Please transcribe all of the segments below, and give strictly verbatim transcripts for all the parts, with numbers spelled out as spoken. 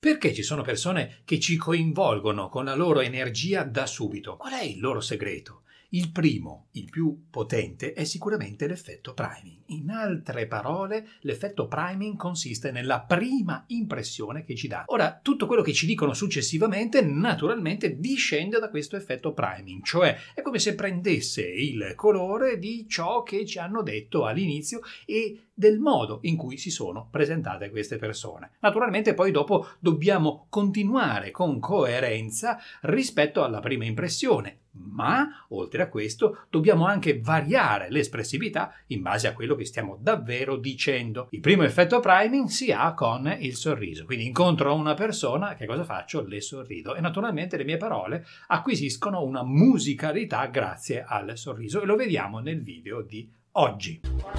Perché ci sono persone che ci coinvolgono con la loro energia da subito? Qual è il loro segreto? Il primo, il più potente, è sicuramente l'effetto priming. In altre parole, l'effetto priming consiste nella prima impressione che ci dà. Ora, tutto quello che ci dicono successivamente, naturalmente, discende da questo effetto priming, cioè è come se prendesse il colore di ciò che ci hanno detto all'inizio e del modo in cui si sono presentate queste persone. Naturalmente poi dopo dobbiamo continuare con coerenza rispetto alla prima impressione, ma oltre a questo dobbiamo anche variare l'espressività in base a quello che stiamo davvero dicendo. Il primo effetto priming si ha con il sorriso, quindi incontro una persona, che cosa faccio? Le sorrido e naturalmente le mie parole acquisiscono una musicalità grazie al sorriso e lo vediamo nel video di oggi.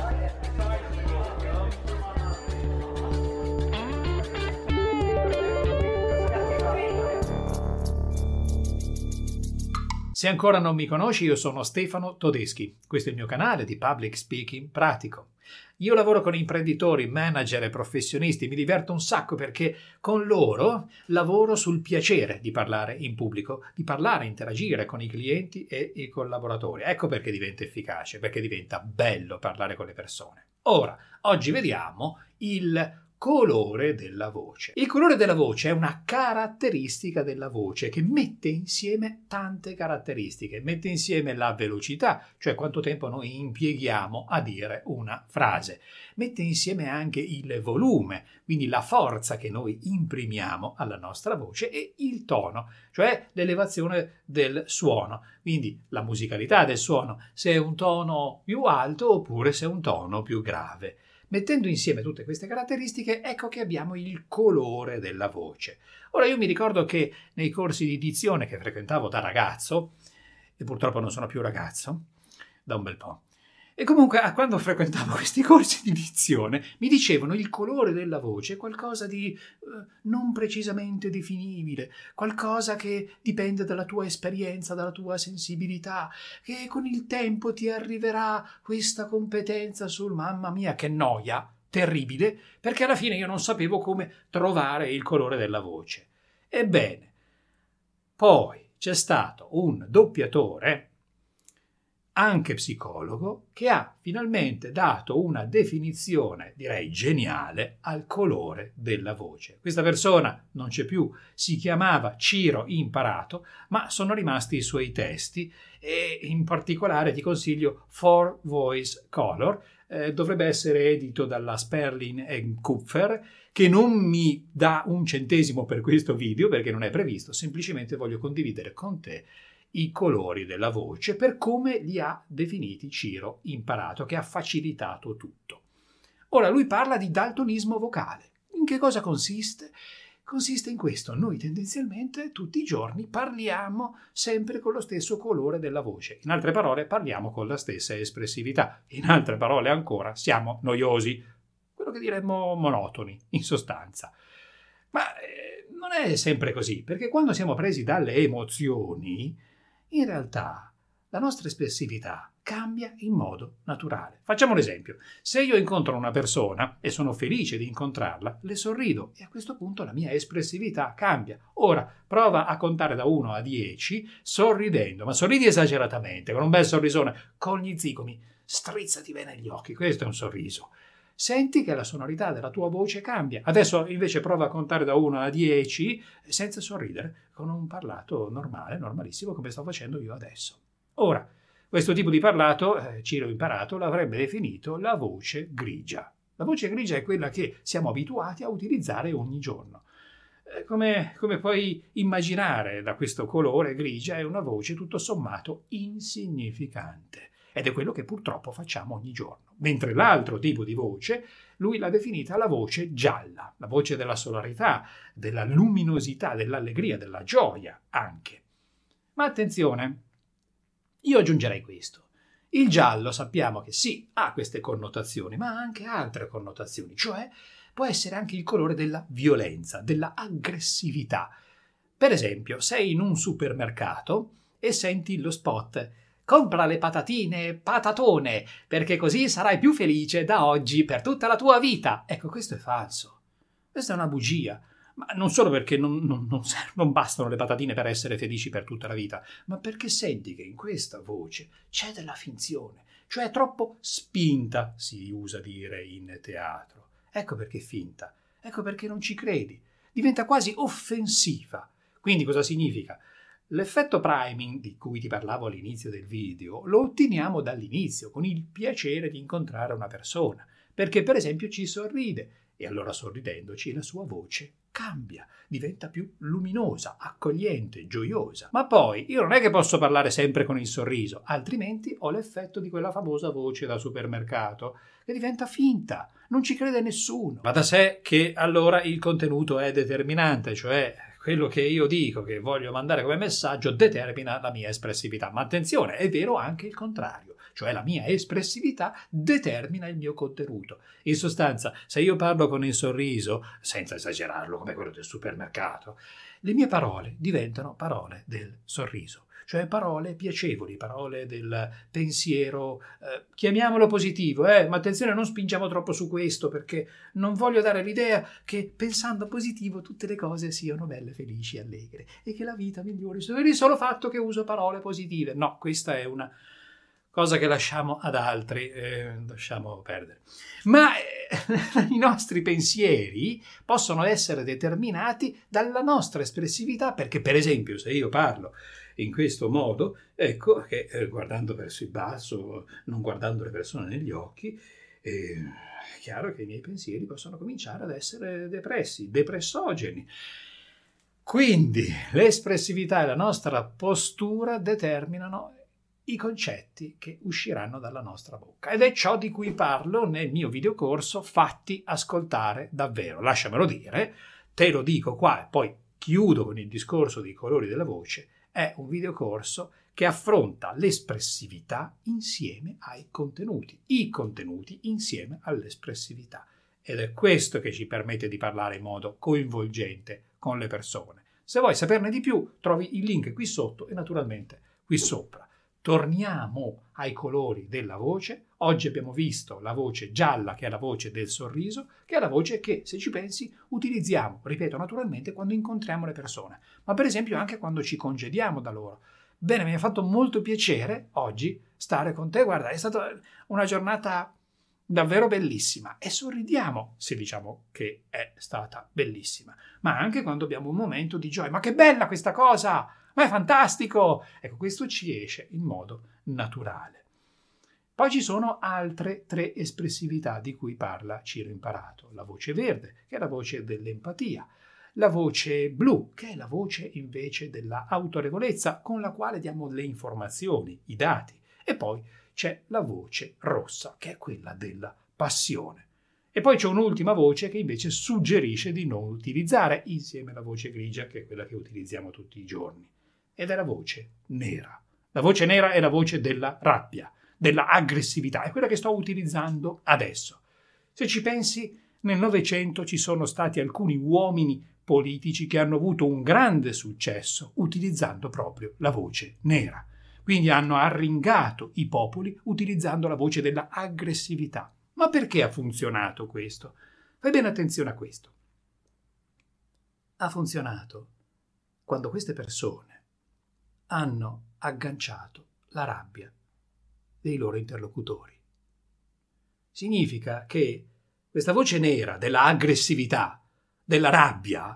Se ancora non mi conosci, io sono Stefano Todeschi. Questo è il mio canale di public speaking pratico. Io lavoro con imprenditori, manager e professionisti, mi diverto un sacco perché con loro lavoro sul piacere di parlare in pubblico, di parlare, interagire con i clienti e i collaboratori. Ecco perché diventa efficace, perché diventa bello parlare con le persone. Ora, oggi vediamo il colore della voce. Il colore della voce è una caratteristica della voce che mette insieme tante caratteristiche. Mette insieme la velocità, cioè quanto tempo noi impieghiamo a dire una frase. Mette insieme anche il volume, quindi la forza che noi imprimiamo alla nostra voce, e il tono, cioè l'elevazione del suono. Quindi la musicalità del suono, se è un tono più alto oppure se è un tono più grave. Mettendo insieme tutte queste caratteristiche, ecco che abbiamo il colore della voce. Ora, io mi ricordo che nei corsi di dizione che frequentavo da ragazzo, e purtroppo non sono più ragazzo, da un bel po', e comunque quando frequentavo questi corsi di dizione mi dicevano il colore della voce è qualcosa di eh, non precisamente definibile, qualcosa che dipende dalla tua esperienza, dalla tua sensibilità, che con il tempo ti arriverà questa competenza sul mamma mia che noia terribile, perché alla fine io non sapevo come trovare il colore della voce. Ebbene, poi c'è stato un doppiatore, anche psicologo, che ha finalmente dato una definizione, direi geniale, al colore della voce. Questa persona non c'è più, si chiamava Ciro Imparato, ma sono rimasti i suoi testi e in particolare ti consiglio Four Voice Color, eh, dovrebbe essere edito dalla Sperling and Kupfer, che non mi dà un centesimo per questo video perché non è previsto, semplicemente voglio condividere con te i colori della voce per come li ha definiti Ciro Imparato, che ha facilitato tutto. Ora, lui parla di daltonismo vocale. In che cosa consiste? Consiste in questo: noi tendenzialmente tutti i giorni parliamo sempre con lo stesso colore della voce. In altre parole, parliamo con la stessa espressività. In altre parole ancora, siamo noiosi, quello che diremmo monotoni, in sostanza. Ma eh, non è sempre così, perché quando siamo presi dalle emozioni, in realtà la nostra espressività cambia in modo naturale. Facciamo un esempio. Se io incontro una persona e sono felice di incontrarla, le sorrido e a questo punto la mia espressività cambia. Ora, prova a contare da uno a dieci sorridendo, ma sorridi esageratamente, con un bel sorrisone, con gli zigomi, strizzati bene gli occhi, questo è un sorriso. Senti che la sonorità della tua voce cambia. Adesso invece prova a contare da uno a dieci senza sorridere, con un parlato normale, normalissimo, come sto facendo io adesso. Ora, questo tipo di parlato, eh, Ciro Imparato l'avrebbe definito la voce grigia. La voce grigia è quella che siamo abituati a utilizzare ogni giorno. Eh, come, come puoi immaginare, da questo colore grigia è una voce tutto sommato insignificante. Ed è quello che purtroppo facciamo ogni giorno. Mentre l'altro tipo di voce, lui l'ha definita la voce gialla, la voce della solarità, della luminosità, dell'allegria, della gioia anche. Ma attenzione, io aggiungerei questo. Il giallo sappiamo che sì, ha queste connotazioni, ma ha anche altre connotazioni, cioè può essere anche il colore della violenza, della aggressività. Per esempio, sei in un supermercato e senti lo spot: compra le patatine patatone, perché così sarai più felice da oggi per tutta la tua vita. Ecco, questo è falso. Questa è una bugia. Ma non solo perché non, non, non, non bastano le patatine per essere felici per tutta la vita, ma perché senti che in questa voce c'è della finzione, cioè è troppo spinta, si usa dire in teatro. Ecco perché è finta, ecco perché non ci credi, diventa quasi offensiva. Quindi cosa significa? L'effetto priming di cui ti parlavo all'inizio del video lo otteniamo dall'inizio, con il piacere di incontrare una persona, perché per esempio ci sorride e allora sorridendoci la sua voce cambia, diventa più luminosa, accogliente, gioiosa. Ma poi io non è che posso parlare sempre con il sorriso, altrimenti ho l'effetto di quella famosa voce da supermercato che diventa finta, non ci crede nessuno. Va da sé che allora il contenuto è determinante, cioè quello che io dico, che voglio mandare come messaggio, determina la mia espressività. Ma attenzione, è vero anche il contrario, cioè la mia espressività determina il mio contenuto. In sostanza, se io parlo con il sorriso, senza esagerarlo come quello del supermercato, le mie parole diventano parole del sorriso, cioè parole piacevoli, parole del pensiero, eh, chiamiamolo positivo, eh, ma attenzione, non spingiamo troppo su questo, perché non voglio dare l'idea che pensando positivo tutte le cose siano belle, felici, allegre e che la vita migliori per il solo fatto che uso parole positive. No, questa è una cosa che lasciamo ad altri, eh, lasciamo perdere. Ma eh, i nostri pensieri possono essere determinati dalla nostra espressività, perché per esempio se io parlo in questo modo, ecco che eh, guardando verso il basso, non guardando le persone negli occhi, eh, è chiaro che i miei pensieri possono cominciare ad essere depressi, depressogeni. Quindi l'espressività e la nostra postura determinano i concetti che usciranno dalla nostra bocca. Ed è ciò di cui parlo nel mio videocorso Fatti ascoltare davvero. Lasciamelo dire, te lo dico qua e poi chiudo con il discorso dei colori della voce. È un videocorso che affronta l'espressività insieme ai contenuti, i contenuti insieme all'espressività. Ed è questo che ci permette di parlare in modo coinvolgente con le persone. Se vuoi saperne di più, trovi il link qui sotto e naturalmente qui sopra. Torniamo ai colori della voce. Oggi abbiamo visto la voce gialla, che è la voce del sorriso, che è la voce che, se ci pensi, utilizziamo, ripeto, naturalmente quando incontriamo le persone, ma per esempio anche quando ci congediamo da loro. Bene, mi ha fatto molto piacere oggi stare con te. Guarda, è stata una giornata davvero bellissima e sorridiamo se diciamo che è stata bellissima, ma anche quando abbiamo un momento di gioia. Ma che bella questa cosa! Ma è fantastico! Ecco, questo ci esce in modo naturale. Poi ci sono altre tre espressività di cui parla Ciro Imparato. La voce verde, che è la voce dell'empatia. La voce blu, che è la voce invece della autorevolezza, con la quale diamo le informazioni, i dati. E poi c'è la voce rossa, che è quella della passione. E poi c'è un'ultima voce che invece suggerisce di non utilizzare, insieme alla voce grigia, che è quella che utilizziamo tutti i giorni. Ed è la voce nera. La voce nera è la voce della rabbia, della aggressività, è quella che sto utilizzando adesso. Se ci pensi, nel Novecento ci sono stati alcuni uomini politici che hanno avuto un grande successo utilizzando proprio la voce nera. Quindi hanno arringato i popoli utilizzando la voce della aggressività. Ma perché ha funzionato questo? Fai bene attenzione a questo. Ha funzionato quando queste persone hanno agganciato la rabbia dei loro interlocutori. Significa che questa voce nera della aggressività, della rabbia,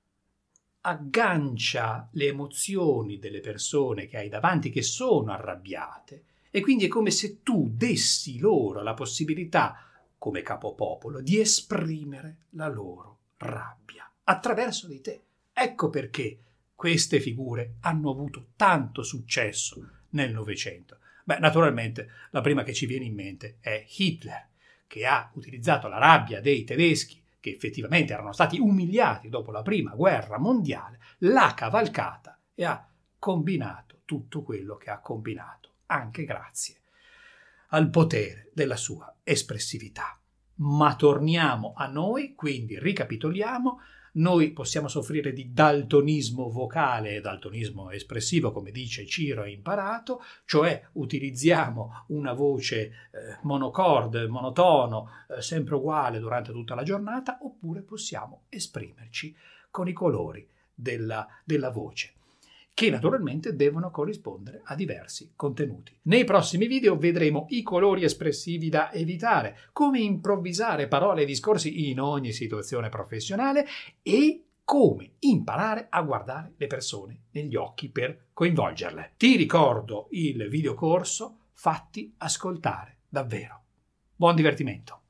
aggancia le emozioni delle persone che hai davanti che sono arrabbiate e quindi è come se tu dessi loro la possibilità, come capopopolo, di esprimere la loro rabbia attraverso di te. Ecco perché queste figure hanno avuto tanto successo nel Novecento. Beh, naturalmente la prima che ci viene in mente è Hitler, che ha utilizzato la rabbia dei tedeschi, che effettivamente erano stati umiliati dopo la prima guerra mondiale, l'ha cavalcata e ha combinato tutto quello che ha combinato, anche grazie al potere della sua espressività. Ma torniamo a noi, quindi ricapitoliamo. Noi possiamo soffrire di daltonismo vocale e daltonismo espressivo, come dice Ciro Imparato, cioè utilizziamo una voce eh, monocorde, monotono, eh, sempre uguale durante tutta la giornata, oppure possiamo esprimerci con i colori della, della voce, che naturalmente devono corrispondere a diversi contenuti. Nei prossimi video vedremo i colori espressivi da evitare, come improvvisare parole e discorsi in ogni situazione professionale e come imparare a guardare le persone negli occhi per coinvolgerle. Ti ricordo il videocorso Fatti ascoltare davvero. Buon divertimento!